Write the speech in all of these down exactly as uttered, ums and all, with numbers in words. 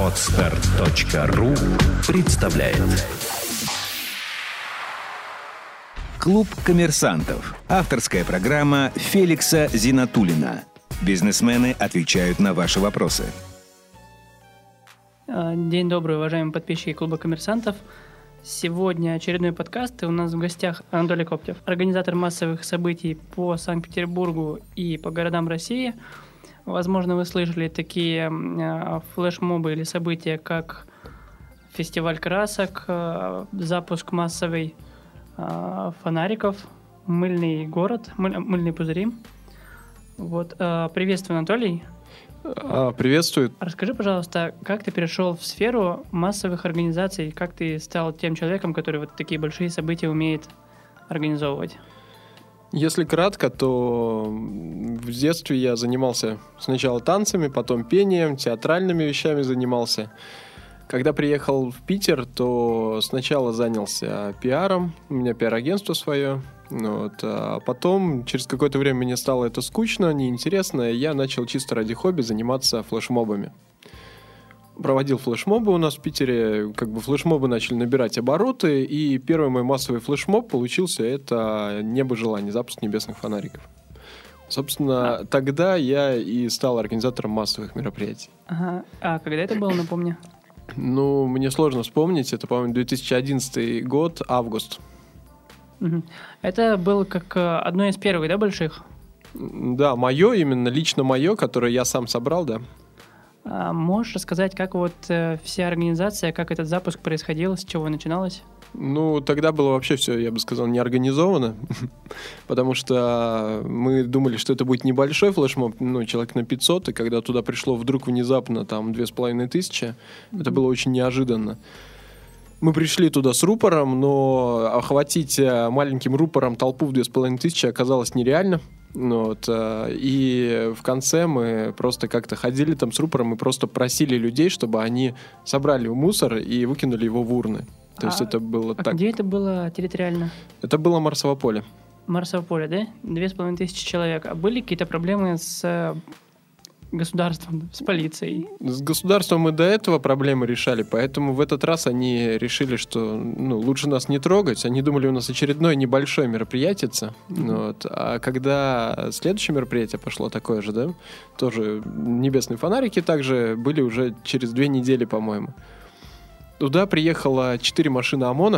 Подстер точка ру представляет Клуб коммерсантов. Авторская программа Феликса Зинатуллина. Бизнесмены отвечают на ваши вопросы. День добрый, уважаемые подписчики Клуба коммерсантов. Сегодня очередной подкаст, и у нас в гостях Анатолий Коптев, организатор массовых событий по Санкт-Петербургу и по городам России. Возможно, вы слышали такие флешмобы или события, как фестиваль красок, запуск массовый фонариков, мыльный город, мыль, мыльные пузыри. Вот. Приветствую, Анатолий. А, приветствую. Расскажи, пожалуйста, как ты перешел в сферу массовых организаций, как ты стал тем человеком, который вот такие большие события умеет организовывать? Если кратко, то в детстве я занимался сначала танцами, потом пением, театральными вещами занимался. Когда приехал в Питер, то сначала занялся пиаром, у меня пиар-агентство свое. Вот. А потом, через какое-то время мне стало это скучно, неинтересно, и я начал чисто ради хобби заниматься флешмобами. Проводил флешмобы у нас в Питере, как бы флешмобы начали набирать обороты, и первый мой массовый флешмоб получился, это «Небо желаний», запуск небесных фонариков. Собственно, а. тогда я и стал организатором массовых мероприятий. Ага. А когда это было, напомни? Ну, мне сложно вспомнить, это, по-моему, две тысячи одиннадцатый год, август. Угу. Это было как одно из первых, да, больших? Да, мое, именно лично мое, которое я сам собрал, да. А можешь рассказать, как вот э, вся организация, как этот запуск происходил, с чего начиналось? Ну, тогда было вообще все, я бы сказал, не организовано, потому что мы думали, что это будет небольшой флешмоб, ну, человек на пятьсот, и когда туда пришло вдруг внезапно там две с половиной тысячи, это было очень неожиданно. Мы пришли туда с рупором, но охватить маленьким рупором толпу в две с половиной тысячи оказалось нереально. Вот. И в конце мы просто как-то ходили там с рупором и просто просили людей, чтобы они собрали мусор и выкинули его в урны. То а, есть это было а так. Где это было территориально? Это было Марсово поле. Марсово поле, да? Две с половиной тысячи человек. А были какие-то проблемы с государством, с полицией? С государством мы до этого проблемы решали, поэтому в этот раз они решили, что ну, лучше нас не трогать. Они думали, у нас очередное небольшое мероприятие. Mm-hmm. Вот. А когда следующее мероприятие пошло такое же, да, тоже небесные фонарики также были уже через две недели, по-моему. Туда приехало четыре машины ОМОНа,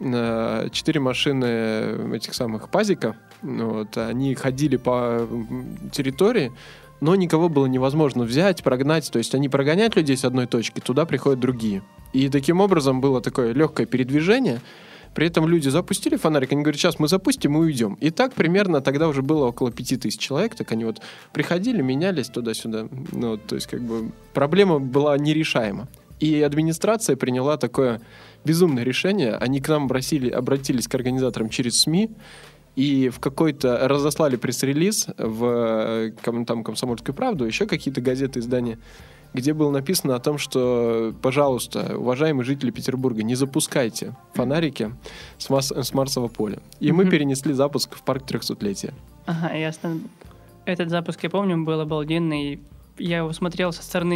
четыре машины этих самых пазика. Вот. Они ходили по территории, но никого было невозможно взять, прогнать. То есть они прогоняют людей с одной точки, туда приходят другие. И таким образом было такое легкое передвижение. При этом люди запустили фонарик, они говорят, сейчас мы запустим и уйдем. И так примерно тогда уже было около пяти тысяч человек. Так они вот приходили, менялись туда-сюда. Ну, то есть как бы проблема была нерешаема. И администрация приняла такое безумное решение. Они к нам обратили, обратились к организаторам через СМИ, и в какой-то разослали пресс-релиз в там, «Комсомольскую правду», еще какие-то газеты, издания, где было написано о том, что, пожалуйста, уважаемые жители Петербурга, не запускайте фонарики с, Мас- с Марсового поля. И mm-hmm. мы перенесли запуск в парк трехсотлетия. Ага, ясно. Этот запуск, я помню, был обалденный. Я его смотрел со стороны,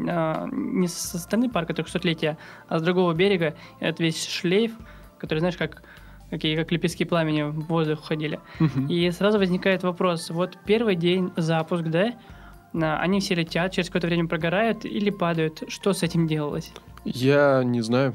не со стороны парка трехсотлетия, а с другого берега. Этот весь шлейф, который, знаешь, как... какие как лепестки пламени в воздух ходили. Uh-huh. И сразу возникает вопрос. Вот первый день запуск, да? Они все летят, через какое-то время прогорают или падают. Что с этим делалось? Я не знаю.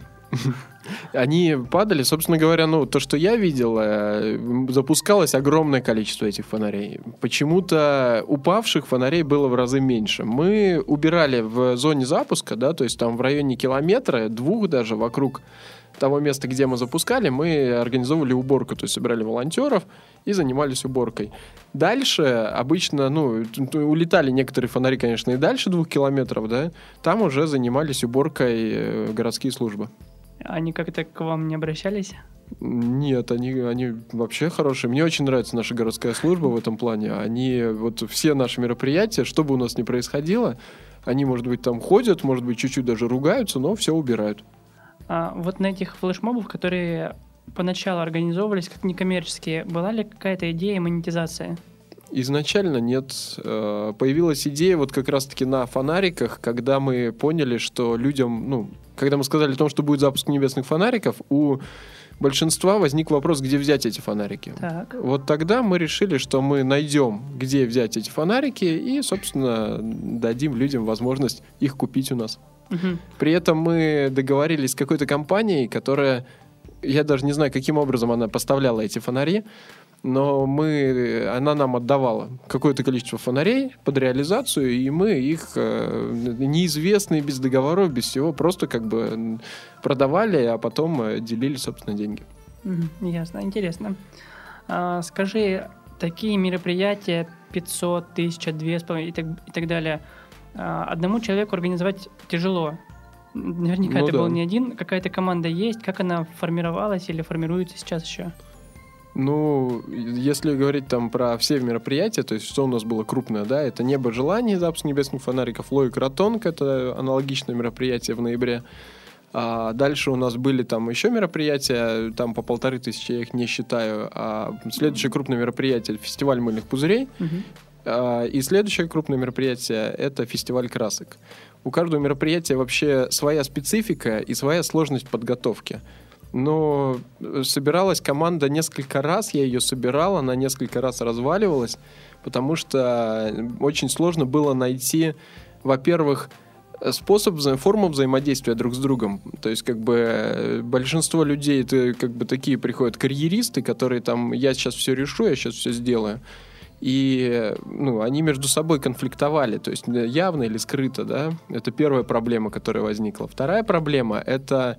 Они падали, собственно говоря, ну, то, что я видел, запускалось огромное количество этих фонарей. Почему-то упавших фонарей было в разы меньше. Мы убирали в зоне запуска, да, то есть там в районе километра, двух даже вокруг того места, где мы запускали, мы организовывали уборку, то есть собирали волонтеров и занимались уборкой. Дальше обычно, ну, улетали некоторые фонари, конечно, и дальше двух километров, да, там уже занимались уборкой городские службы. Они как-то к вам не обращались? Нет, они, они вообще хорошие. Мне очень нравится наша городская служба в этом плане. Они, вот все наши мероприятия, что бы у нас ни происходило, они, может быть, там ходят, может быть, чуть-чуть даже ругаются, но все убирают. А вот на этих флешмобах, которые поначалу организовывались как некоммерческие, была ли какая-то идея монетизации? Изначально нет. Появилась идея вот как раз-таки на фонариках, когда мы поняли, что людям, ну, когда мы сказали о том, что будет запуск небесных фонариков, у большинства возник вопрос, где взять эти фонарики. Так. Вот тогда мы решили, что мы найдем, где взять эти фонарики, и, собственно, дадим людям возможность их купить у нас. Угу. При этом мы договорились с какой-то компанией, которая, я даже не знаю, каким образом она поставляла эти фонари, но мы, она нам отдавала какое-то количество фонарей под реализацию, и мы их э, неизвестные, без договоров, без всего, просто как бы продавали, а потом делили, собственно, деньги. Угу, ясно, интересно. А, скажи, такие мероприятия пятьсот, тысяча, две с половиной и так, и так далее, а, одному человеку организовать тяжело. Наверняка Ну это да. был не один, какая-то команда есть, как она формировалась или формируется сейчас еще? Ну, если говорить там про все мероприятия, то есть что у нас было крупное, да, это «Небо желаний», запуск небесных фонариков, «Логика Ротонг», это аналогичное мероприятие в ноябре. А дальше у нас были там еще мероприятия, там по полторы тысячи, я их не считаю. А следующее крупное мероприятие — фестиваль мыльных пузырей. Угу. А, и следующее крупное мероприятие — это фестиваль красок. У каждого мероприятия вообще своя специфика и своя сложность подготовки. Но собиралась команда несколько раз, я ее собирал, она несколько раз разваливалась, потому что очень сложно было найти, во-первых, способ, форму взаимодействия друг с другом. То есть, как бы, большинство людей, это как бы такие приходят карьеристы, которые там, я сейчас все решу, я сейчас все сделаю. И, ну, они между собой конфликтовали, то есть явно или скрыто, да. Это первая проблема, которая возникла. Вторая проблема — это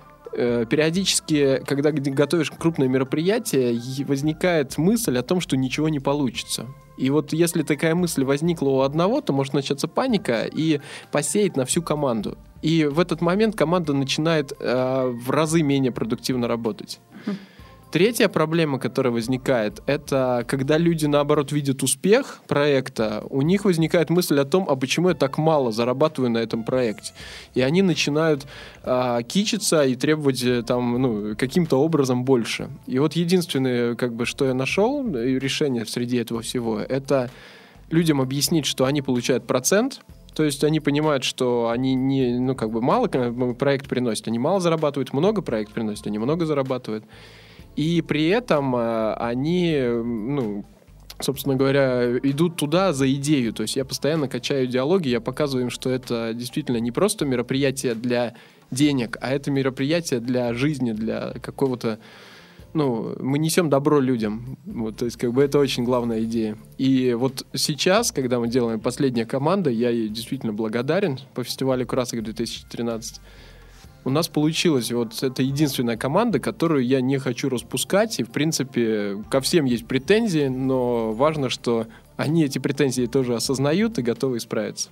периодически, когда готовишь крупное мероприятие, возникает мысль о том, что ничего не получится. И вот если такая мысль возникла у одного, то может начаться паника и посеять на всю команду. И в этот момент команда начинает э, в разы менее продуктивно работать. Третья проблема, которая возникает, это когда люди, наоборот, видят успех проекта, у них возникает мысль о том, а почему я так мало зарабатываю на этом проекте. И они начинают а, кичиться и требовать там, ну, каким-то образом больше. И вот единственное, как бы, что я нашел, решение среди этого всего, это людям объяснить, что они получают процент. То есть они понимают, что они не, ну, как бы мало проект приносят, они мало зарабатывают, много проект приносят, они много зарабатывают. И при этом э, они, ну, собственно говоря, идут туда за идею. То есть я постоянно качаю диалоги, я показываю им, что это действительно не просто мероприятие для денег, а это мероприятие для жизни, для какого-то... Ну, мы несем добро людям. Вот, то есть, как бы, это очень главная идея. И вот сейчас, когда мы делаем последняя команда, я ей действительно благодарен по фестивалю красок две тысячи тринадцать. У нас получилось, вот это единственная команда, которую я не хочу распускать, и, в принципе, ко всем есть претензии, но важно, что они эти претензии тоже осознают и готовы исправиться.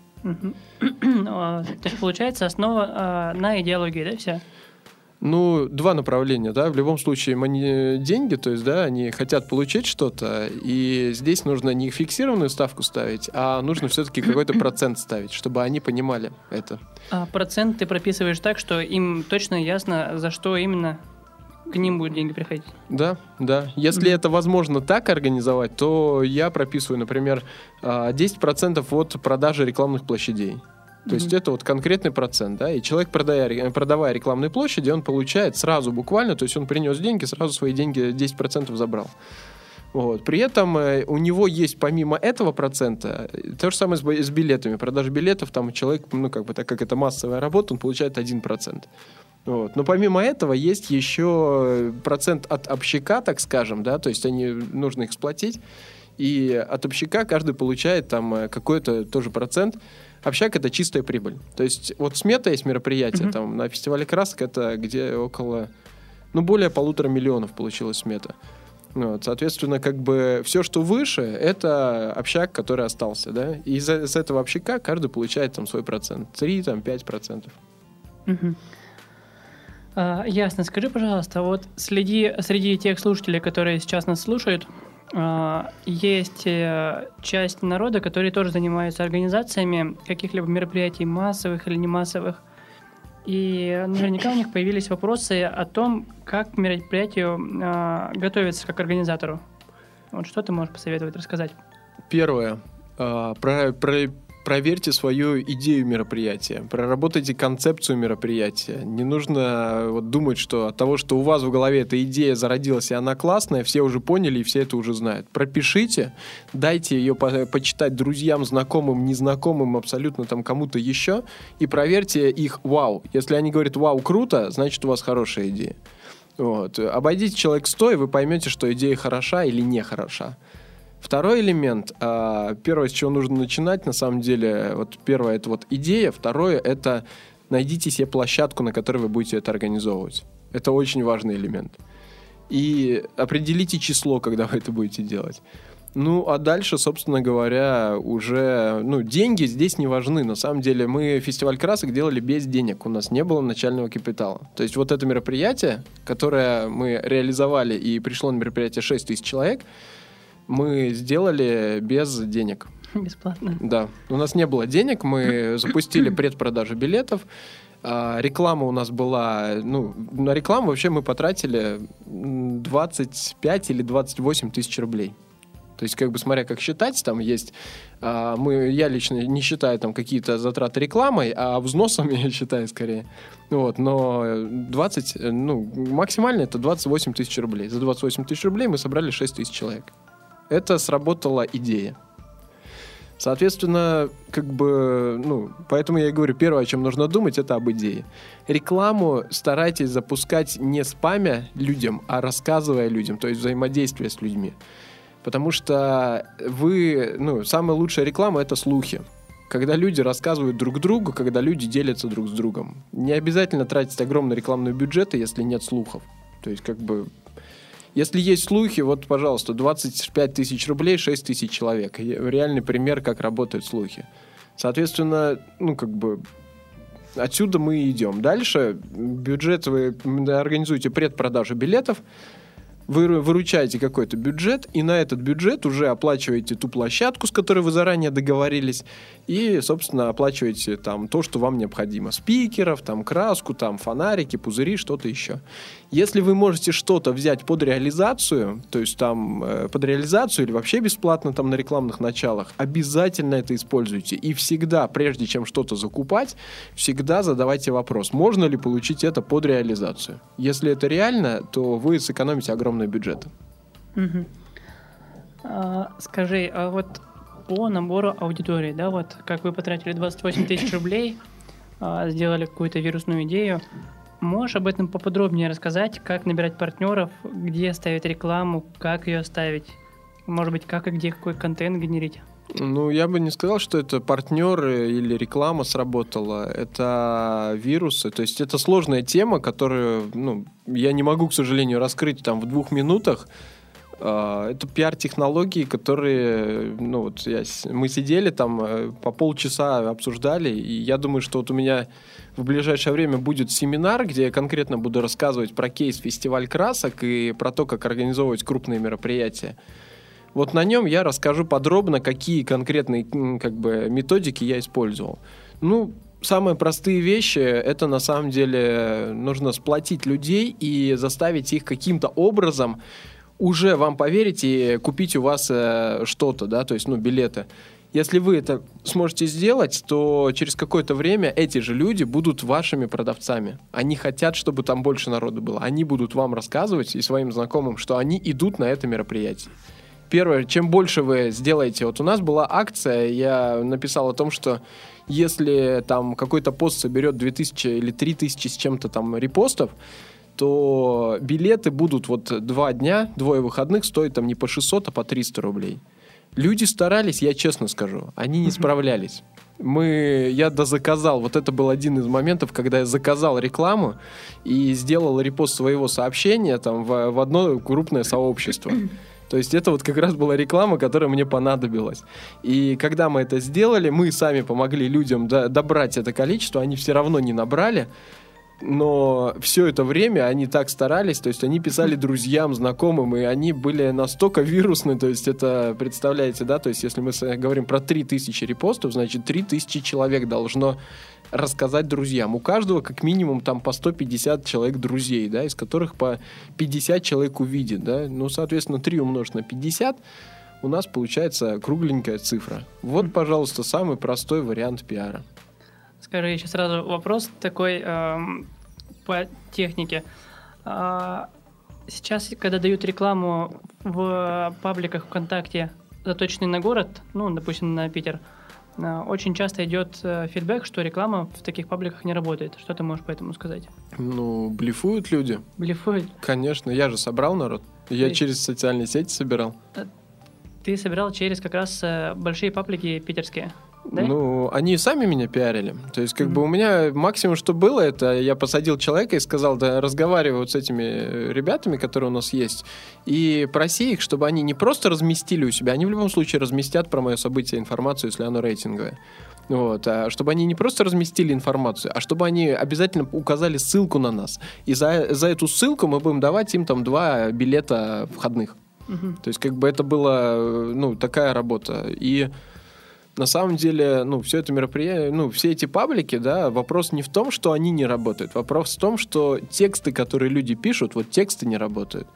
То есть, получается, основа на идеологии, да, вся? Ну, два направления, да, в любом случае они деньги, то есть, да, они хотят получить что-то, и здесь нужно не фиксированную ставку ставить, а нужно все-таки какой-то процент ставить, чтобы они понимали это. А процент ты прописываешь так, что им точно ясно, за что именно к ним будут деньги приходить? Да, да. Если mm-hmm. это возможно так организовать, то я прописываю, например, десять процентов от продажи рекламных площадей. То mm-hmm. есть это вот конкретный процент, да, и человек, продая, продавая рекламные площади, он получает сразу буквально, то есть он принес деньги, сразу свои деньги десять процентов забрал. Вот. При этом э, у него есть помимо этого процента, то же самое с, с билетами, продажа билетов, там человек, ну как бы, так как это массовая работа, он получает один процент. Вот. Но помимо этого есть еще процент от общака, так скажем, да, то есть они, нужно их сплотить, и от общака каждый получает там какой-то тоже процент. Общак — это чистая прибыль. То есть вот смета есть мероприятие, mm-hmm. там на фестивале красок это где около, ну, более полутора миллионов получилась смета. Вот, соответственно, как бы все, что выше, это общак, который остался, да, и из, из этого общака каждый получает там свой процент, три-пять процентов. Mm-hmm. А, ясно. Скажи, пожалуйста, вот среди, среди тех слушателей, которые сейчас нас слушают, есть часть народа, которые тоже занимаются организациями каких-либо мероприятий массовых или не массовых. И наверняка у них появились вопросы о том, как к мероприятию готовиться как организатору. Вот что ты можешь посоветовать, рассказать? первое. Про, про, проверьте свою идею мероприятия, проработайте концепцию мероприятия. Не нужно вот думать, что от того, что у вас в голове эта идея зародилась, и она классная, все уже поняли, и все это уже знают. Пропишите, дайте ее по- почитать друзьям, знакомым, незнакомым, абсолютно там кому-то еще, и проверьте их вау. Если они говорят вау, круто, значит, у вас хорошая идея. Вот. Обойдите человек сто, и вы поймете, что идея хороша или не хороша. Второй элемент, первое, с чего нужно начинать, на самом деле, вот первое, это вот идея, второе, это найдите себе площадку, на которой вы будете это организовывать. Это очень важный элемент. И определите число, когда вы это будете делать. Ну, а дальше, собственно говоря, уже, ну, деньги здесь не важны. На самом деле, мы фестиваль красок делали без денег. У нас не было начального капитала. То есть вот это мероприятие, которое мы реализовали, и пришло на мероприятие шесть тысяч человек, мы сделали без денег. Бесплатно. Да. У нас не было денег, мы запустили предпродажу билетов. А, реклама у нас была... Ну, на рекламу вообще мы потратили двадцать пять или двадцать восемь тысяч рублей. То есть, как бы, смотря как считать, там есть... А, мы, я лично не считаю там какие-то затраты рекламой, а взносами я считаю скорее. Вот, но двадцать... Ну, максимально это двадцать восемь тысяч рублей. За двадцать восемь тысяч рублей мы собрали шесть тысяч человек. Это сработала идея. Соответственно, как бы, ну, поэтому я и говорю, первое, о чем нужно думать, это об идее. Рекламу старайтесь запускать не спамя людям, а рассказывая людям, то есть взаимодействие с людьми. Потому что вы, ну, самая лучшая реклама — это слухи. Когда люди рассказывают друг другу, когда люди делятся друг с другом. Не обязательно тратить огромные рекламные бюджеты, если нет слухов. То есть, как бы... Если есть слухи, вот, пожалуйста, двадцать пять тысяч рублей, шесть тысяч человек. Реальный пример, как работают слухи. Соответственно, ну, как бы, отсюда мы и идем. Дальше бюджет вы организуете предпродажу билетов, вы выручаете какой-то бюджет, и на этот бюджет уже оплачиваете ту площадку, с которой вы заранее договорились, и, собственно, оплачиваете там то, что вам необходимо. Спикеров, там, краску, там, фонарики, пузыри, что-то еще. Если вы можете что-то взять под реализацию, то есть там э, под реализацию или вообще бесплатно там на рекламных началах, обязательно это используйте. И всегда, прежде чем что-то закупать, всегда задавайте вопрос, можно ли получить это под реализацию. Если это реально, то вы сэкономите огромный бюджет. Угу. А, скажи, а вот по набору аудитории, да, вот как вы потратили двадцать восемь тысяч рублей, а, сделали какую-то вирусную идею, можешь об этом поподробнее рассказать, как набирать партнеров, где ставить рекламу, как ее ставить, может быть, как и где какой контент генерить? Ну, я бы не сказал, что это партнеры или реклама сработала. Это вирусы. То есть это сложная тема, которую, ну, я не могу, к сожалению, раскрыть там в двух минутах. Это пиар-технологии, которые, ну, вот я, мы сидели там, по полчаса обсуждали, и я думаю, что вот у меня в ближайшее время будет семинар, где я конкретно буду рассказывать про кейс «Фестиваль красок» и про то, как организовывать крупные мероприятия. Вот на нем я расскажу подробно, какие конкретные, как бы, методики я использовал. Ну, самые простые вещи, это на самом деле нужно сплотить людей и заставить их каким-то образом уже вам поверить и купить у вас э, что-то, да, то есть, ну, билеты. Если вы это сможете сделать, то через какое-то время эти же люди будут вашими продавцами. Они хотят, чтобы там больше народу было. Они будут вам рассказывать и своим знакомым, что они идут на это мероприятие. Первое, чем больше вы сделаете... Вот у нас была акция, я написал о том, что если там какой-то пост соберет две тысячи или три тысячи с чем-то там репостов, то билеты будут вот два дня, двое выходных, стоят там не по шестьсот, а по триста рублей. Люди старались, я честно скажу, они не справлялись. Мы, я дозаказал, вот это был один из моментов, когда я заказал рекламу и сделал репост своего сообщения там в, в одно крупное сообщество. То есть это вот как раз была реклама, которая мне понадобилась. И когда мы это сделали, мы сами помогли людям до, добрать это количество, они все равно не набрали. Но все это время они так старались, то есть они писали друзьям, знакомым, и они были настолько вирусны, то есть это, представляете, да, то есть если мы говорим про три тысячи репостов, значит три тысячи человек должно рассказать друзьям. У каждого как минимум там по сто пятьдесят человек друзей, да, из которых по пятьдесят человек увидит, да, ну, соответственно, три умножить на пятьдесят, у нас получается кругленькая цифра. Вот, пожалуйста, самый простой вариант пиара. Скажи еще сразу вопрос такой эм, по технике. А, сейчас, когда дают рекламу в пабликах ВКонтакте, заточенный на город, ну, допустим, на Питер, очень часто идет фидбэк, что реклама в таких пабликах не работает. Что ты можешь по этому сказать? Ну, блефуют люди. Блефуют? Конечно, я же собрал народ. Я ты... через социальные сети собирал. Ты собирал через как раз большие паблики питерские? Да? Ну, они сами меня пиарили. То есть, как mm-hmm. бы у меня максимум, что было, это я посадил человека и сказал, да, разговаривай вот с этими ребятами, которые у нас есть, и проси их, чтобы они не просто разместили у себя, они в любом случае разместят про мое событие информацию, если оно рейтинговое. Вот, а чтобы они не просто разместили информацию, а чтобы они обязательно указали ссылку на нас. И за, за эту ссылку мы будем давать им там два билета входных. Mm-hmm. То есть, как бы это была, ну, такая работа. И на самом деле, ну, все это мероприятие, ну, все эти паблики, да, вопрос не в том, что они не работают. Вопрос в том, что тексты, которые люди пишут, вот тексты не работают.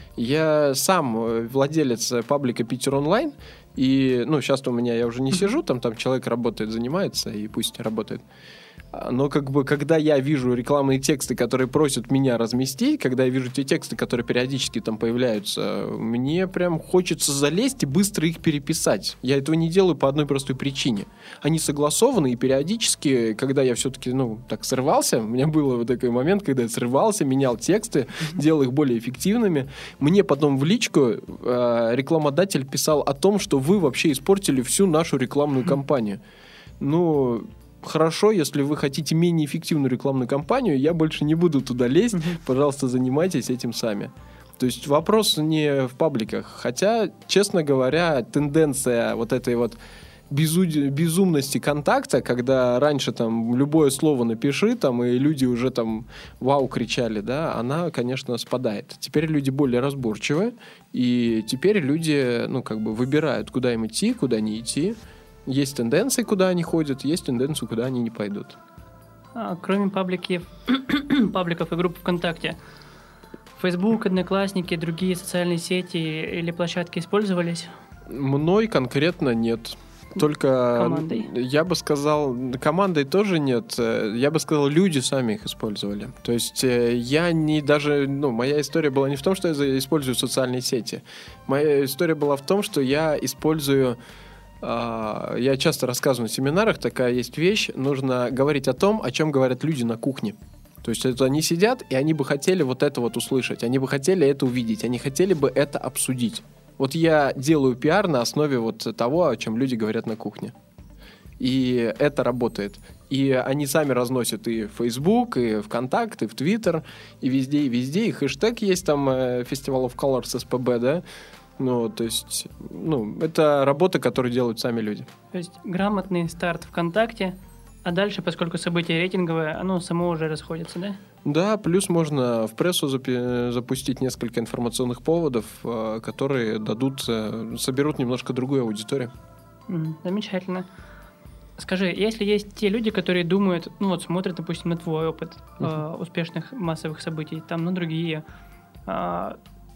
Я сам владелец паблика Питер Онлайн, и, ну, сейчас у меня я уже не сижу, там, там человек работает, занимается, и пусть работает. Но как бы, когда я вижу рекламные тексты, которые просят меня разместить, когда я вижу те тексты, которые периодически там появляются, мне прям хочется залезть и быстро их переписать. Я этого не делаю по одной простой причине. Они согласованы, и периодически, когда я все-таки, ну, так срывался, у меня был вот такой момент, когда я срывался, менял тексты, делал их более эффективными, мне потом в личку э, рекламодатель писал о том, что вы вообще испортили всю нашу рекламную кампанию. Ну... Хорошо, если вы хотите менее эффективную рекламную кампанию, я больше не буду туда лезть. Uh-huh. Пожалуйста, занимайтесь этим сами. То есть вопрос не в пабликах. Хотя, честно говоря, тенденция вот этой вот безу... безумности контакта, когда раньше там любое слово напиши, там, и люди уже там вау кричали, да, она, конечно, спадает. Теперь люди более разборчивы, и теперь люди, ну, как бы выбирают, куда им идти, куда не идти. Есть тенденции, куда они ходят, есть тенденции, куда они не пойдут. А, кроме паблики, пабликов и групп ВКонтакте, Facebook, Одноклассники, другие социальные сети или площадки использовались? Мной конкретно нет. Только, командой? Я бы сказал, командой тоже нет. Я бы сказал, люди сами их использовали. То есть я не даже... Ну, моя история была не в том, что я использую социальные сети. Моя история была в том, что я использую... Я часто рассказываю на семинарах, такая есть вещь, нужно говорить о том, о чем говорят люди на кухне. То есть это они сидят, и они бы хотели вот это вот услышать, они бы хотели это увидеть, они хотели бы это обсудить. Вот я делаю пиар на основе вот того, о чем люди говорят на кухне. И это работает. И они сами разносят и в Facebook, и в ВКонтакте, и в Twitter, и везде, и везде. И хэштег есть там Festival of Colors эс пэ бэ, да. Ну, то есть, ну, это работа, которую делают сами люди. То есть грамотный старт ВКонтакте, а дальше, поскольку событие рейтинговое, оно само уже расходится, да? Да, плюс можно в прессу запи- запустить несколько информационных поводов, которые дадут, соберут немножко другую аудиторию. Mm, замечательно. Скажи, если есть те люди, которые думают, ну вот смотрят, допустим, на твой опыт uh-huh. э, успешных массовых событий, там на другие, э,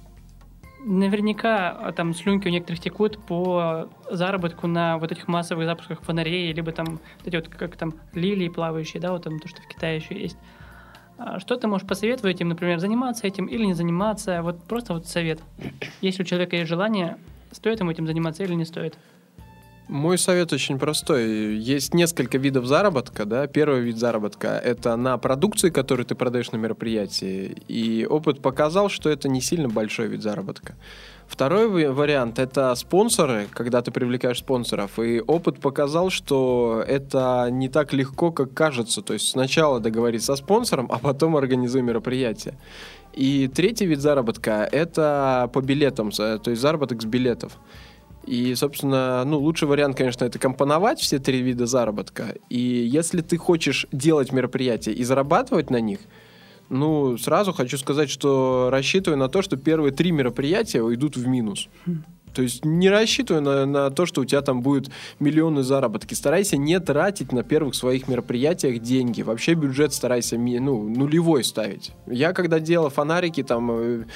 наверняка там слюнки у некоторых текут по заработку на вот этих массовых запусках фонарей, либо там вот эти вот как там лилии плавающие, да, вот там то, что в Китае еще есть. А что ты можешь посоветовать им, например, заниматься этим или не заниматься? Вот просто вот совет. Если у человека есть желание, стоит ему этим заниматься или не стоит? Мой совет очень простой. Есть несколько видов заработка, да. Первый вид заработка — это на продукции, которую ты продаешь на мероприятии. И опыт показал, что это не сильно большой вид заработка. Второй вариант — это спонсоры, когда ты привлекаешь спонсоров. И опыт показал, что это не так легко, как кажется. То есть сначала договориться со спонсором, а потом организуй мероприятие. И третий вид заработка — это по билетам, то есть заработок с билетов. И, собственно, ну, лучший вариант, конечно, это компоновать все три вида заработка. И если ты хочешь делать мероприятия и зарабатывать на них, ну, сразу хочу сказать, что рассчитывай на то, что первые три мероприятия уйдут в минус. То есть не рассчитывай на, на то, что у тебя там будут миллионы заработки. Старайся не тратить на первых своих мероприятиях деньги. Вообще бюджет старайся ну, нулевой ставить. Я когда делал фонарики, там...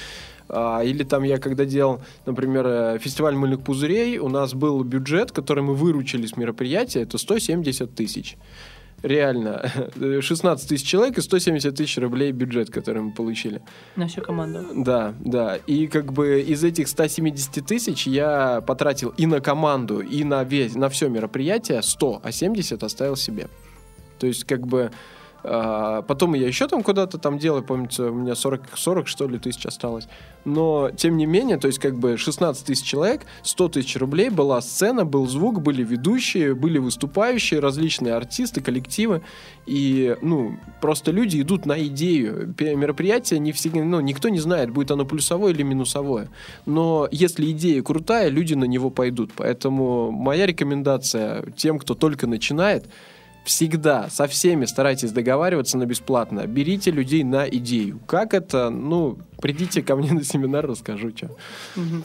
А, или там я когда делал, например, фестиваль мыльных пузырей, у нас был бюджет, который мы выручили с мероприятия, это сто семьдесят тысяч. Реально, шестнадцать тысяч человек и сто семьдесят тысяч рублей бюджет, который мы получили. На всю команду. Да, да. И как бы из этих ста семидесяти тысяч я потратил и на команду, и на, весь, на все мероприятие сто, а семьдесят оставил себе. То есть как бы... А, потом я еще там куда-то там делал, помните, у меня сорок, сорок что ли тысяч осталось. Но, тем не менее, то есть как бы шестнадцать тысяч человек, сто тысяч рублей, была сцена, был звук, были ведущие, были выступающие, различные артисты, коллективы. И, ну, просто люди идут на идею. Мероприятие не всегда, ну, никто не знает, будет оно плюсовое или минусовое. Но если идея крутая, люди на него пойдут. Поэтому моя рекомендация тем, кто только начинает: всегда со всеми старайтесь договариваться на бесплатно. Берите людей на идею. Как это? Ну, придите ко мне на семинар, расскажу, что. Угу.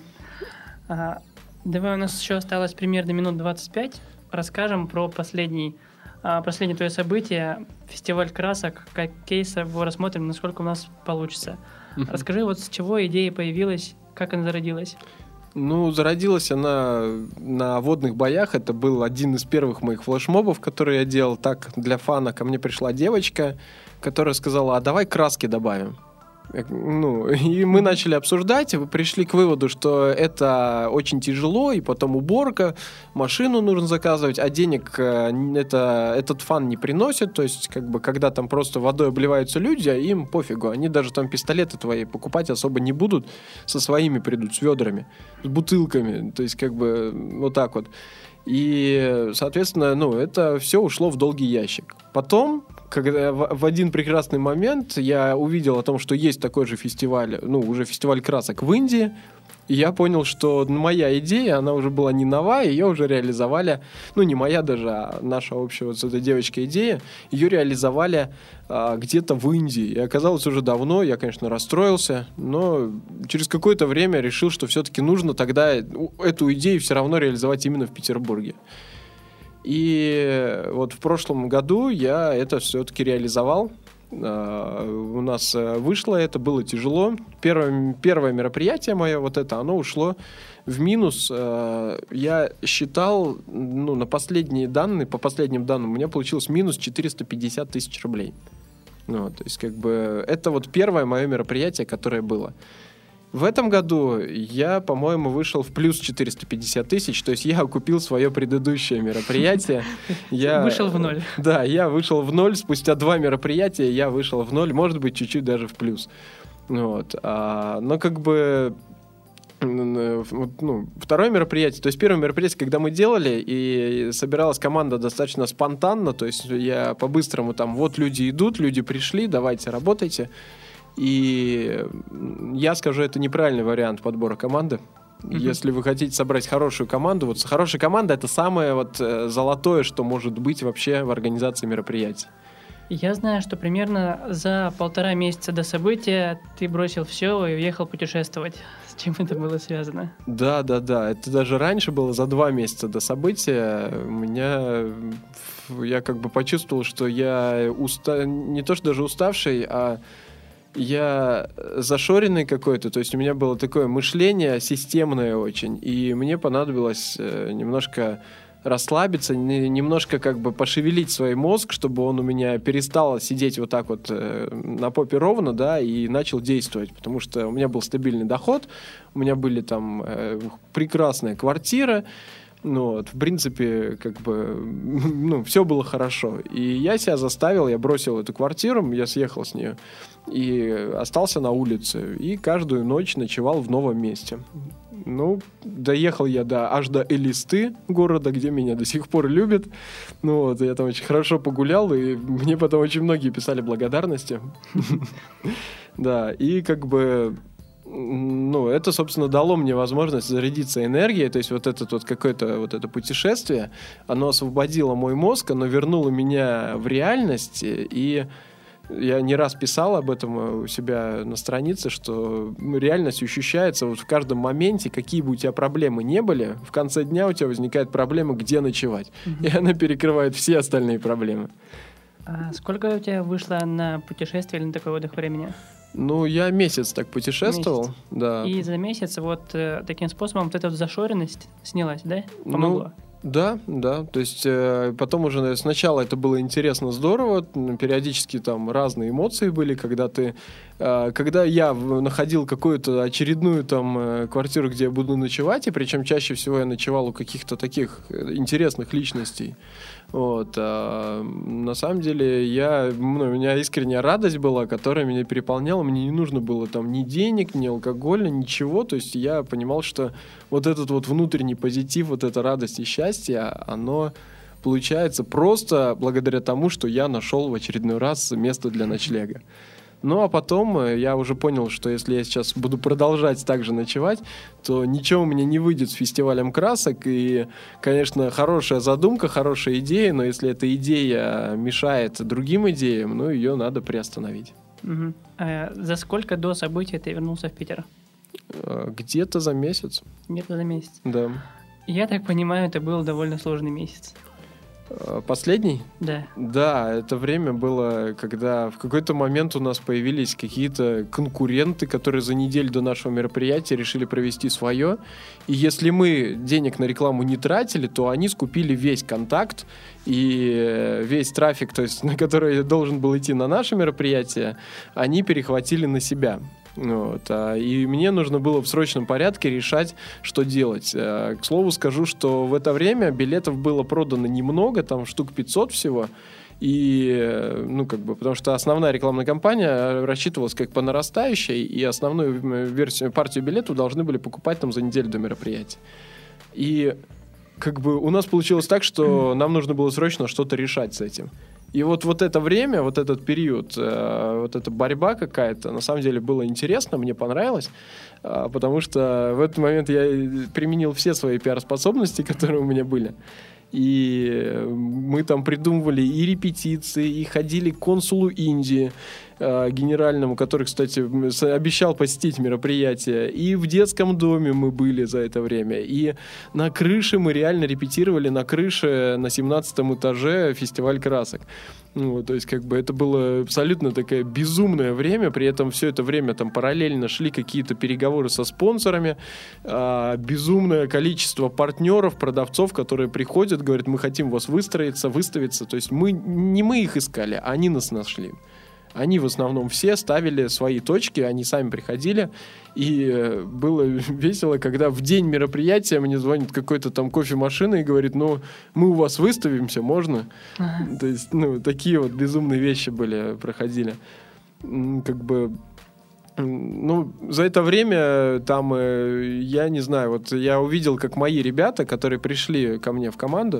А, давай, у нас еще осталось примерно минут двадцать пять. Расскажем про последний, а, последнее твое событие, фестиваль красок, как кейс, его рассмотрим, насколько у нас получится. Угу. Расскажи, вот с чего идея появилась, как она зародилась? Ну, зародилась она на водных боях. Это был один из первых моих флешмобов, которые я делал так для фана. Ко мне пришла девочка, которая сказала: а давай краски добавим. Ну, и мы начали обсуждать, и пришли к выводу, что это очень тяжело, и потом уборка, машину нужно заказывать, а денег это, этот фан не приносит. То есть, как бы, когда там просто водой обливаются люди, а им пофигу. Они даже там пистолеты твои покупать особо не будут, со своими придут, с ведрами, с бутылками. То есть, как бы, вот так вот. И, соответственно, ну, это все ушло в долгий ящик. Потом, когда в один прекрасный момент я увидел о том, что есть такой же фестиваль, ну, уже фестиваль красок в Индии, и я понял, что моя идея, она уже была не нова, ее уже реализовали, ну, не моя даже, а наша общая вот с этой девочкой идея, ее реализовали а, где-то в Индии. И оказалось уже давно, я, конечно, расстроился, но через какое-то время решил, что все-таки нужно тогда эту идею все равно реализовать именно в Петербурге. И вот в прошлом году я это все-таки реализовал. Uh, у нас uh, вышло, это было тяжело. Первое, первое мероприятие мое, вот это, оно ушло в минус. Uh, я считал, ну, на последние данные, по последним данным, у меня получилось минус четыреста пятьдесят тысяч рублей. Ну, то есть, как бы, это вот первое мое мероприятие, которое было. В этом году я, по-моему, вышел в плюс четыреста пятьдесят тысяч, то есть я окупил свое предыдущее мероприятие. Я, вышел в ноль. Да, я вышел в ноль, спустя два мероприятия я вышел в ноль, может быть, чуть-чуть даже в плюс. Вот. А, но как бы... Ну, второе мероприятие, то есть первое мероприятие, когда мы делали, и собиралась команда достаточно спонтанно, то есть я по-быстрому там, вот люди идут, люди пришли, давайте работайте. И я скажу, это неправильный вариант подбора команды. Mm-hmm. Если вы хотите собрать хорошую команду, вот хорошая команда — это самое вот золотое, что может быть вообще в организации мероприятий. Я знаю, что примерно за полтора месяца до события ты бросил все и уехал путешествовать. С чем это было связано? Да, да, да. Это даже раньше было, за два месяца до события. У меня... Я как бы почувствовал, что я уста... не то что даже уставший, а я зашоренный какой-то, то есть у меня было такое мышление системное очень, и мне понадобилось немножко расслабиться, немножко как бы пошевелить свой мозг, чтобы он у меня перестал сидеть вот так вот на попе ровно, да, и начал действовать, потому что у меня был стабильный доход, у меня были там прекрасная квартира, ну, вот, в принципе, как бы, ну, все было хорошо. И я себя заставил, я бросил эту квартиру, я съехал с нее и остался на улице. И каждую ночь ночевал в новом месте. Ну, доехал я до, аж до Элисты, города, где меня до сих пор любят. Ну, вот, я там очень хорошо погулял, и мне потом очень многие писали благодарности. Да, и как бы... Ну, это, собственно, дало мне возможность зарядиться энергией, то есть вот это вот какое-то вот это путешествие, оно освободило мой мозг, оно вернуло меня в реальность, и я не раз писал об этом у себя на странице, что реальность ощущается вот в каждом моменте, какие бы у тебя проблемы не были, в конце дня у тебя возникает проблема, где ночевать, mm-hmm. и она перекрывает все остальные проблемы. А сколько у тебя вышло на путешествие или на такой отдых времени? Ну, я месяц так путешествовал, Месяц. да. И за месяц вот э, таким способом вот эта вот зашоренность снялась, да? Помогло? Ну, да, да. То есть э, потом уже сначала это было интересно, здорово. Периодически там разные эмоции были, когда ты... Э, когда я находил какую-то очередную там э, квартиру, где я буду ночевать, и причем чаще всего я ночевал у каких-то таких интересных личностей. Вот. А на самом деле я, ну, у меня искренняя радость была, которая меня переполняла. Мне не нужно было там ни денег, ни алкоголя, ничего. То есть я понимал, что вот этот вот внутренний позитив, вот эта радость и счастье, оно получается просто благодаря тому, что я нашел в очередной раз место для ночлега. Ну, а потом я уже понял, что если я сейчас буду продолжать так же ночевать, то ничего у меня не выйдет с фестивалем красок. И, конечно, хорошая задумка, хорошая идея, но если эта идея мешает другим идеям, ну, ее надо приостановить. Угу. А за сколько до события ты вернулся в Питер? Где-то за месяц. Где-то за месяц. Да. Я так понимаю, это был довольно сложный месяц. Последний? Да. Да, это время было, когда в какой-то момент у нас появились какие-то конкуренты, которые за неделю до нашего мероприятия решили провести свое. И если мы денег на рекламу не тратили, то они скупили весь контакт и весь трафик, то есть, на который должен был идти на наше мероприятие, они перехватили на себя. Вот. И мне нужно было в срочном порядке решать, что делать. К слову скажу, что в это время билетов было продано немного, там штук пятьсот всего. И, ну, как бы, потому что основная рекламная кампания рассчитывалась как по нарастающей, и основную версию, партию билетов должны были покупать там за неделю до мероприятия. И как бы у нас получилось так, что нам нужно было срочно что-то решать с этим. И вот, вот это время, вот этот период, э, вот эта борьба какая-то, на самом деле было интересно, мне понравилось, э, потому что в этот момент я применил все свои пиар-способности, которые у меня были. И мы там придумывали и репетиции, и ходили к консулу Индии, э, генеральному, который, кстати, обещал посетить мероприятие. И в детском доме мы были за это время. И на крыше мы реально репетировали, на крыше на семнадцатом этаже фестиваль красок. Ну, то есть, как бы, это было абсолютно такое безумное время, при этом все это время там параллельно шли какие-то переговоры со спонсорами, а, безумное количество партнеров, продавцов, которые приходят, говорят, мы хотим у вас выстроиться, выставиться. То есть, мы, не мы их искали, а они нас нашли. Они в основном все ставили свои точки, они сами приходили, и было весело, когда в день мероприятия мне звонит какой-то там кофемашина и говорит, ну, мы у вас выставимся, можно? Ага. То есть, ну, такие вот безумные вещи были, проходили. Как бы, ну, за это время там, я не знаю, вот я увидел, как мои ребята, которые пришли ко мне в команду,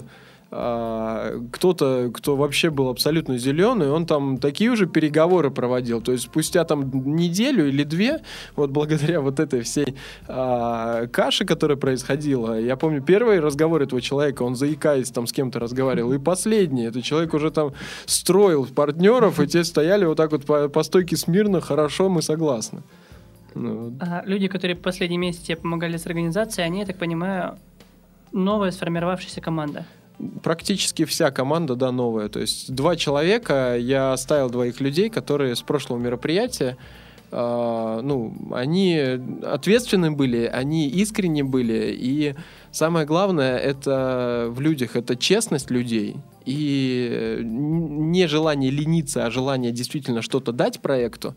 кто-то, кто вообще был абсолютно зеленый, он там такие уже переговоры проводил. То есть спустя там неделю или две, вот благодаря вот этой всей а, каше, которая происходила, я помню, первый разговор этого человека, он заикаясь там с кем-то разговаривал, и последний, этот человек уже там строил партнеров, и те стояли вот так вот по, по стойке смирно, хорошо, мы согласны. Ну. А люди, которые последние месяцы тебе помогали с организацией, они, я так понимаю, новая сформировавшаяся команда. Практически вся команда, да, новая. То есть два человека, я оставил двоих людей, которые с прошлого мероприятия, э, ну, они ответственны были, они искренне были, и самое главное, это в людях, это честность людей, и не желание лениться, а желание действительно что-то дать проекту.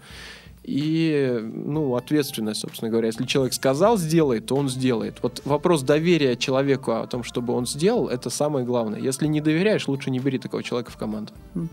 И, ну, ответственность, собственно говоря. Если человек сказал сделай, то он сделает. Вот вопрос доверия человеку о том, чтобы он сделал, это самое главное. Если не доверяешь, лучше не бери такого человека в команду.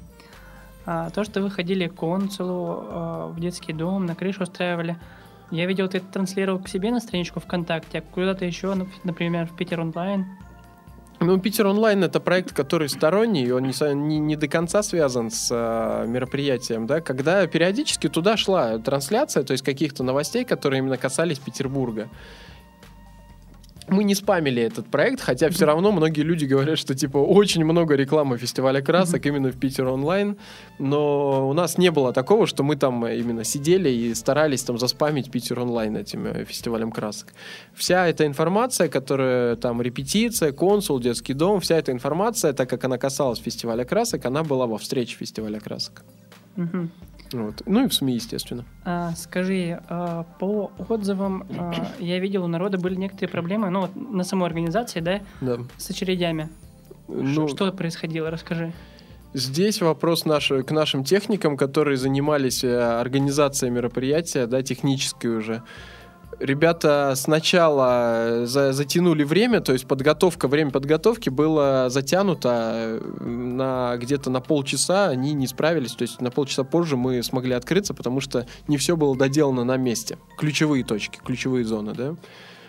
А то, что вы ходили к консулу, э, в детский дом, на крышу устраивали, я видел, ты это транслировал к себе на страничку ВКонтакте, а куда-то еще, например, в Питер онлайн. Ну, Питер онлайн — это проект, который сторонний, он не, не, не до конца связан с а, мероприятием, да, когда периодически туда шла трансляция, то есть каких-то новостей, которые именно касались Петербурга. Мы не спамили этот проект, хотя все равно многие люди говорят, что типа очень много рекламы фестиваля красок mm-hmm. именно в Питер онлайн, но у нас не было такого, что мы там именно сидели и старались там заспамить Питер онлайн этим фестивалем красок. Вся эта информация, которая там репетиция, консул, детский дом, вся эта информация, так как она касалась фестиваля красок, она была во встрече фестиваля красок. Mm-hmm. Вот. Ну и в СМИ, естественно. А, скажи, а, по отзывам а, я видел, у народа были некоторые проблемы, ну, вот на самой организации, да, да. с очередями. Ну, что происходило? Расскажи. Здесь вопрос наш, к нашим техникам, которые занимались организацией мероприятия, да, технической уже. Ребята сначала за, затянули время, то есть подготовка, время подготовки было затянуто на, где-то на полчаса, они не справились, то есть на полчаса позже мы смогли открыться, потому что не все было доделано на месте. Ключевые точки, ключевые зоны, да.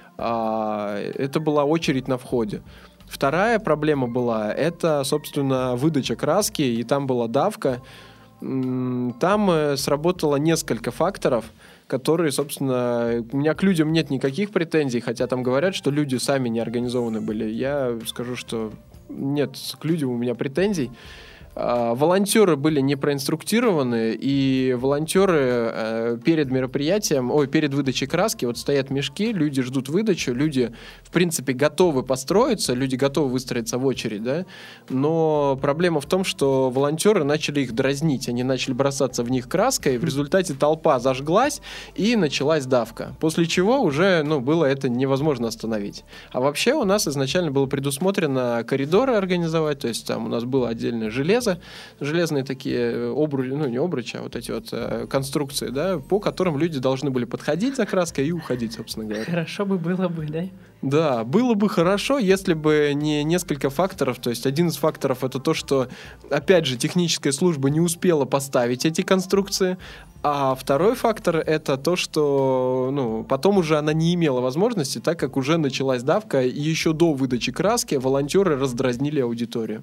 А, это была очередь на входе. Вторая проблема была, это, собственно, выдача краски, и там была давка. Там сработало несколько факторов, которые, собственно, у меня к людям нет никаких претензий, хотя там говорят, что люди сами не организованы были. Я скажу, что нет к людям у меня претензий. Волонтеры были не проинструктированы, и волонтеры э, перед мероприятием, ой, перед выдачей краски, вот стоят мешки, люди ждут выдачу, люди, в принципе, готовы построиться, люди готовы выстроиться в очередь, да, но проблема в том, что волонтеры начали их дразнить, они начали бросаться в них краской, в результате толпа зажглась, и началась давка, после чего уже, ну, было это невозможно остановить. А вообще у нас изначально было предусмотрено коридоры организовать, то есть там у нас было отдельное железо, железные такие обручи, ну не обручи, а вот эти вот э, конструкции, да, по которым люди должны были подходить за краской и уходить, собственно говоря. Хорошо бы было бы, да? Да, было бы хорошо, если бы не несколько факторов. То есть один из факторов — это то, что, опять же, техническая служба не успела поставить эти конструкции. А второй фактор — это то, что, ну, потом уже она не имела возможности, так как уже началась давка, и еще до выдачи краски волонтеры раздразнили аудиторию.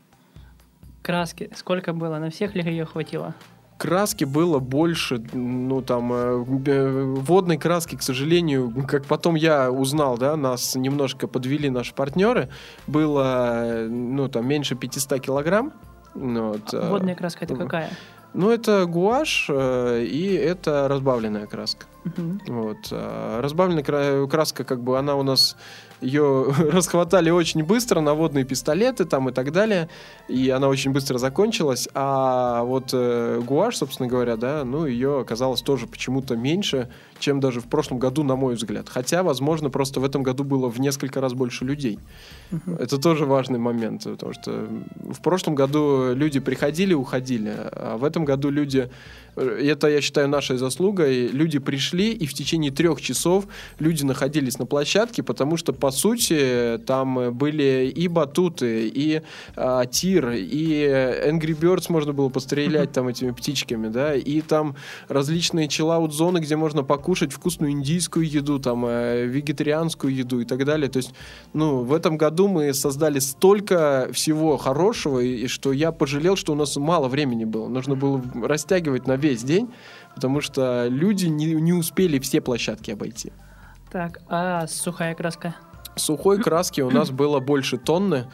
Краски сколько было? На всех ли ее хватило? Краски было больше, ну там, э, водной краски, к сожалению, как потом я узнал, да, нас немножко подвели наши партнеры, было, ну там, меньше пятьсот килограмм. Вот. А водная краска это какая? Ну, это гуашь, э, и это разбавленная краска. Uh-huh. Вот. А разбавленная кра- краска, как бы, она у нас... Ее расхватали очень быстро на водные пистолеты там и так далее, и она очень быстро закончилась, а вот э, гуашь, собственно говоря, да, ну, ее оказалось тоже почему-то меньше, чем даже в прошлом году, на мой взгляд. Хотя, возможно, просто в этом году было в несколько раз больше людей. Uh-huh. Это тоже важный момент, потому что в прошлом году люди приходили, уходили, а в этом году люди... Это, я считаю, нашей заслугой. Люди пришли, и в течение трех часов люди находились на площадке, потому что, по сути, там были и батуты, и а, тир, и Angry Birds можно было пострелять там этими птичками, да, и там различные чиллаут-зоны, где можно покушать вкусную индийскую еду, там, вегетарианскую еду и так далее. То есть, ну, в этом году мы создали столько всего хорошего, и что я пожалел, что у нас мало времени было. Нужно было растягивать на весь день, потому что люди не, не успели все площадки обойти. Так, а сухая краска? Сухой краски у нас было больше тонны.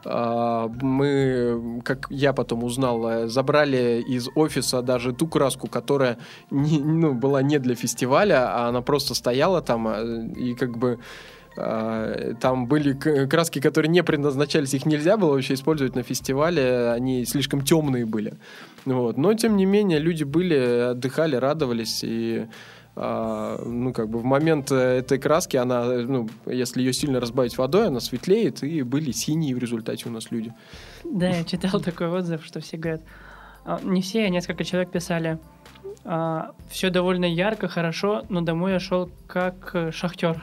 Мы, как я потом узнал, забрали из офиса даже ту краску, которая не, ну, была не для фестиваля, а она просто стояла там, и как бы там были краски, которые не предназначались, их нельзя было вообще использовать на фестивале, они слишком темные были. Вот. Но, тем не менее, люди были, отдыхали, радовались, и а, ну, как бы в момент этой краски, она, ну, если ее сильно разбавить водой, она светлеет, и были синие в результате у нас люди. Да, я читал такой отзыв, что все говорят, не все, несколько человек писали, а, все довольно ярко, хорошо, но домой я шел как шахтер.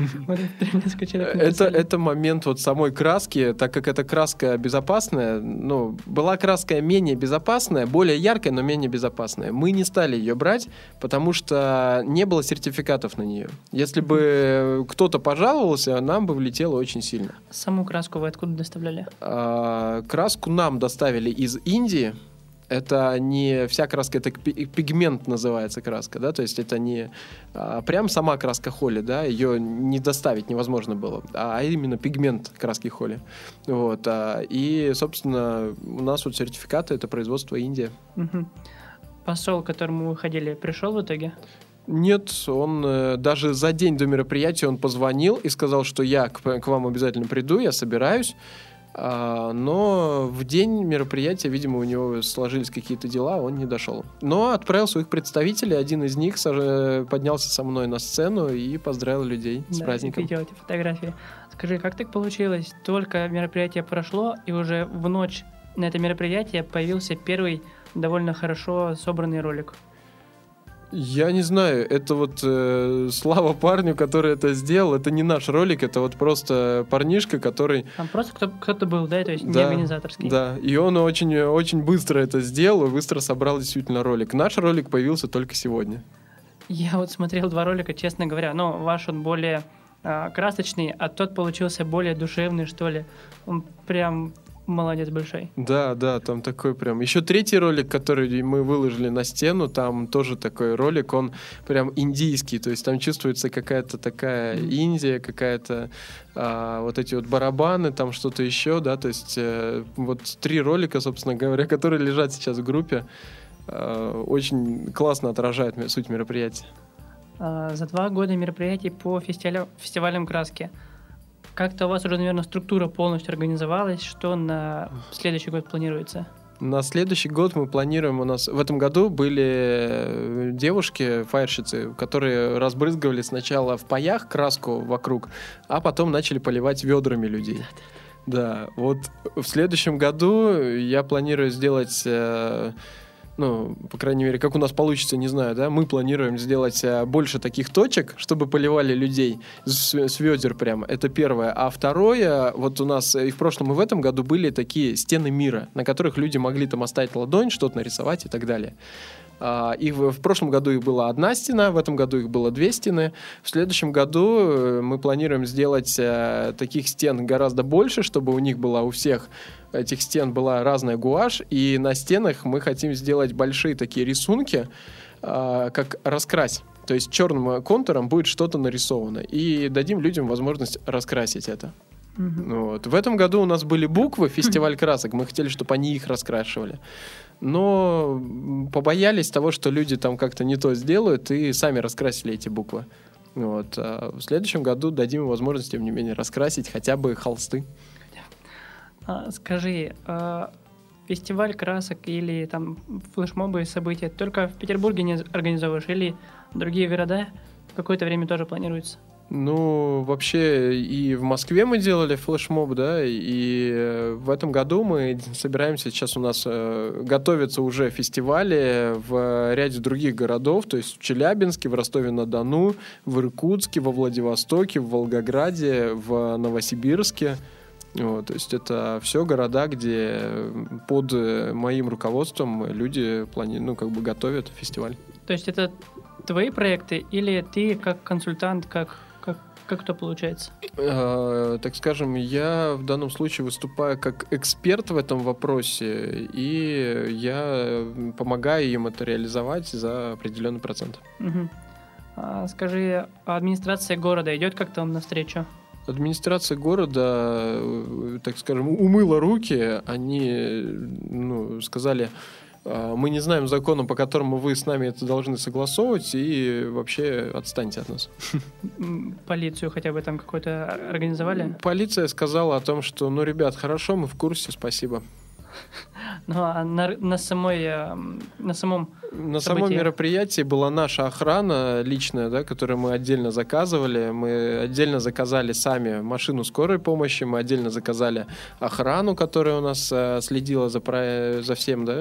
Это, это момент вот самой краски, так как эта краска безопасная, ну, была краска менее безопасная, более яркая, но менее безопасная. Мы не стали ее брать, потому что не было сертификатов на нее. Если бы кто-то пожаловался, нам бы влетело очень сильно. Саму краску вы откуда доставляли? А, краску нам доставили из Индии. Это не вся краска, это пигмент называется краска, да, то есть это не а, прям сама краска Холли, да, ее не доставить невозможно было, а именно пигмент краски Холли. Вот, а, и, собственно, у нас вот сертификаты — это производство Индия. Угу. Посол, к которому вы ходили, пришел в итоге? Нет, он э, даже за день до мероприятия он позвонил и сказал, что я к, к вам обязательно приду, я собираюсь. А, но в день мероприятия, видимо, у него сложились какие-то дела, он не дошел. Но отправил своих представителей, один из них сож... поднялся со мной на сцену и поздравил людей с да, праздником. Да, видел эти фотографии. Скажи, как так получилось? Только мероприятие прошло, и уже в ночь на это мероприятие появился первый довольно хорошо собранный ролик. Я не знаю, это вот э, слава парню, который это сделал. Это не наш ролик, это вот просто парнишка, который... Там просто кто- кто-то был, да, то есть да, не организаторский. Да, и он очень, очень быстро это сделал и быстро собрал действительно ролик. Наш ролик появился только сегодня. Я вот смотрел два ролика, честно говоря, но ваш он более э, красочный, а тот получился более душевный, что ли. Он прям... Молодец большой. Да, да, там такой прям. Еще третий ролик, который мы выложили на стену, там тоже такой ролик, он прям индийский, то есть там чувствуется какая-то такая Индия, какая-то а, вот эти вот барабаны, там что-то еще, да, то есть э, вот три ролика, собственно говоря, которые лежат сейчас в группе, э, очень классно отражают суть мероприятия. А, за два года мероприятий по фестивалю, фестивалям краски. Как-то у вас уже, наверное, структура полностью организовалась. Что на следующий год планируется? На следующий год мы планируем, у нас в этом году были девушки, фаерщицы, которые разбрызгивали сначала в паях краску вокруг, а потом начали поливать ведрами людей. Да, вот в следующем году я планирую сделать... Ну, по крайней мере, как у нас получится, не знаю, да, мы планируем сделать а, больше таких точек, чтобы поливали людей с, с ведер прям, это первое. А второе, вот у нас и в прошлом, и в этом году были такие стены мира, на которых люди могли там оставить ладонь, что-то нарисовать и так далее. А, и в, в прошлом году их была одна стена, в этом году их было две стены. В следующем году мы планируем сделать а, таких стен гораздо больше, чтобы у них была у всех этих стен была разная гуашь, и на стенах мы хотим сделать большие такие рисунки, э, как раскрась. То есть черным контуром будет что-то нарисовано, и дадим людям возможность раскрасить это. Mm-hmm. Вот. В этом году у нас были буквы, фестиваль красок, мы хотели, чтобы они их раскрашивали. Но побоялись того, что люди там как-то не то сделают, и сами раскрасили эти буквы. Вот. А в следующем году дадим им возможность, тем не менее, раскрасить хотя бы холсты. Скажи, фестиваль красок или там флешмобы, события только в Петербурге не организовываешь или другие города в какое-то время тоже планируется? Ну, вообще и в Москве мы делали флешмоб, да, и в этом году мы собираемся, сейчас у нас э, готовятся уже фестивали в ряде других городов, то есть в Челябинске, в Ростове-на-Дону, в Иркутске, во Владивостоке, в Волгограде, в Новосибирске. Вот, то есть это все города, где под моим руководством люди плани... ну, как бы готовят фестиваль. То есть это твои проекты или ты как консультант, как, как, как это получается? Э, так скажем, я в данном случае выступаю как эксперт в этом вопросе, и я помогаю им это реализовать за определенный процент. Угу. А, скажи, администрация города идет как-то вам навстречу? Администрация города, так скажем, умыла руки. Они, ну, сказали, мы не знаем закона, по которому вы с нами это должны согласовывать, и вообще отстаньте от нас. Полицию хотя бы там какой-то организовали? Полиция сказала о том, что, ну, ребят, хорошо, мы в курсе, спасибо. Ну, а на, на самой, на самом На событии? самом мероприятии была наша охрана личная, да, которую мы отдельно заказывали. Мы отдельно заказали сами машину скорой помощи, мы отдельно заказали охрану, которая у нас э, следила за, про... за всем, да,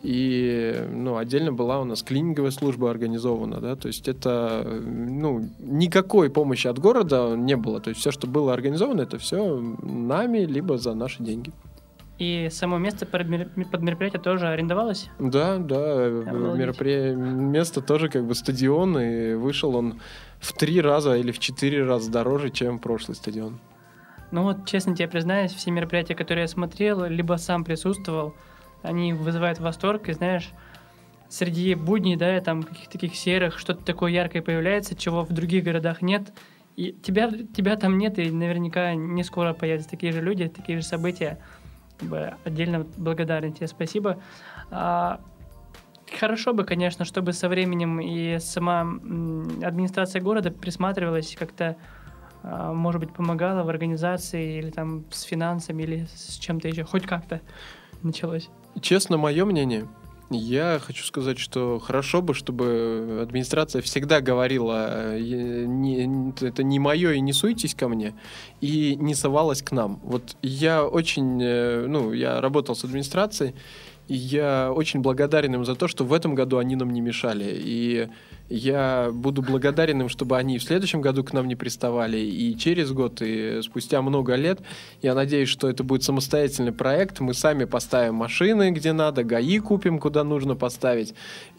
и, ну, отдельно была у нас клининговая служба организована, да, то есть это, ну, никакой помощи от города не было, то есть все, что было организовано, это все нами, либо за наши деньги. И само место под мероприятие тоже арендовалось? Да, да, мероприятие, место тоже как бы стадион, и вышел он в три раза или в четыре раза дороже, чем прошлый стадион. Ну вот, честно тебе признаюсь, все мероприятия, которые я смотрел, либо сам присутствовал, они вызывают восторг, и знаешь, среди будней, да, там каких-то таких серых, что-то такое яркое появляется, чего в других городах нет, и тебя, тебя там нет, и наверняка не скоро появятся такие же люди, такие же события. Отдельно благодарен тебе, спасибо. А, хорошо бы, конечно, чтобы со временем и сама администрация города присматривалась, как-то, а, может быть, помогала в организации или там с финансами, или с чем-то еще, хоть как-то началось. Честно, мое мнение, я хочу сказать, что хорошо бы, чтобы администрация всегда говорила, не, это не мое, и не суйтесь ко мне, и не совалась к нам. Вот я очень, ну, я работал с администрацией, и я очень благодарен им за то, что в этом году они нам не мешали. И я буду благодарен им, чтобы они в следующем году к нам не приставали, и через год, и спустя много лет. Я надеюсь, что это будет самостоятельный проект. Мы сами поставим машины, где надо, ГАИ купим, куда нужно поставить.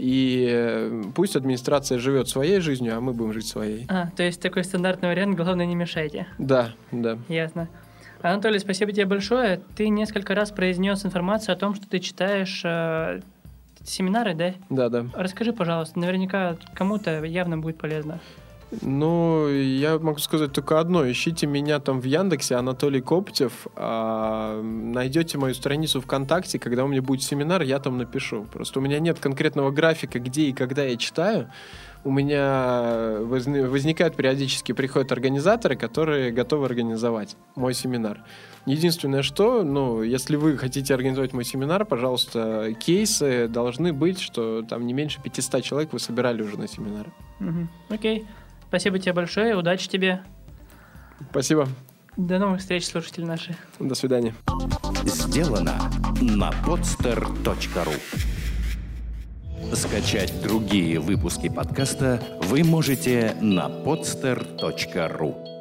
И пусть администрация живет своей жизнью, а мы будем жить своей. А, то есть такой стандартный вариант, главное, не мешайте. Да, да. Ясно. Анатолий, спасибо тебе большое. Ты несколько раз произнес информацию о том, что ты читаешь э, семинары, да? Да, да. Расскажи, пожалуйста, наверняка кому-то явно будет полезно. Ну, я могу сказать только одно. Ищите меня там в Яндексе, Анатолий Коптев. А, найдете мою страницу ВКонтакте. Когда у меня будет семинар, я там напишу. Просто у меня нет конкретного графика, где и когда я читаю. У меня возникают периодически, приходят организаторы, которые готовы организовать мой семинар. Единственное, что, ну, если вы хотите организовать мой семинар, пожалуйста, кейсы должны быть, что там не меньше пятьсот человек вы собирали уже на семинар. Угу. Окей. Спасибо тебе большое, удачи тебе. Спасибо. До новых встреч, слушатели наши. До свидания. Сделано на podster точка ру. Скачать другие выпуски подкаста вы можете на podster точка ру.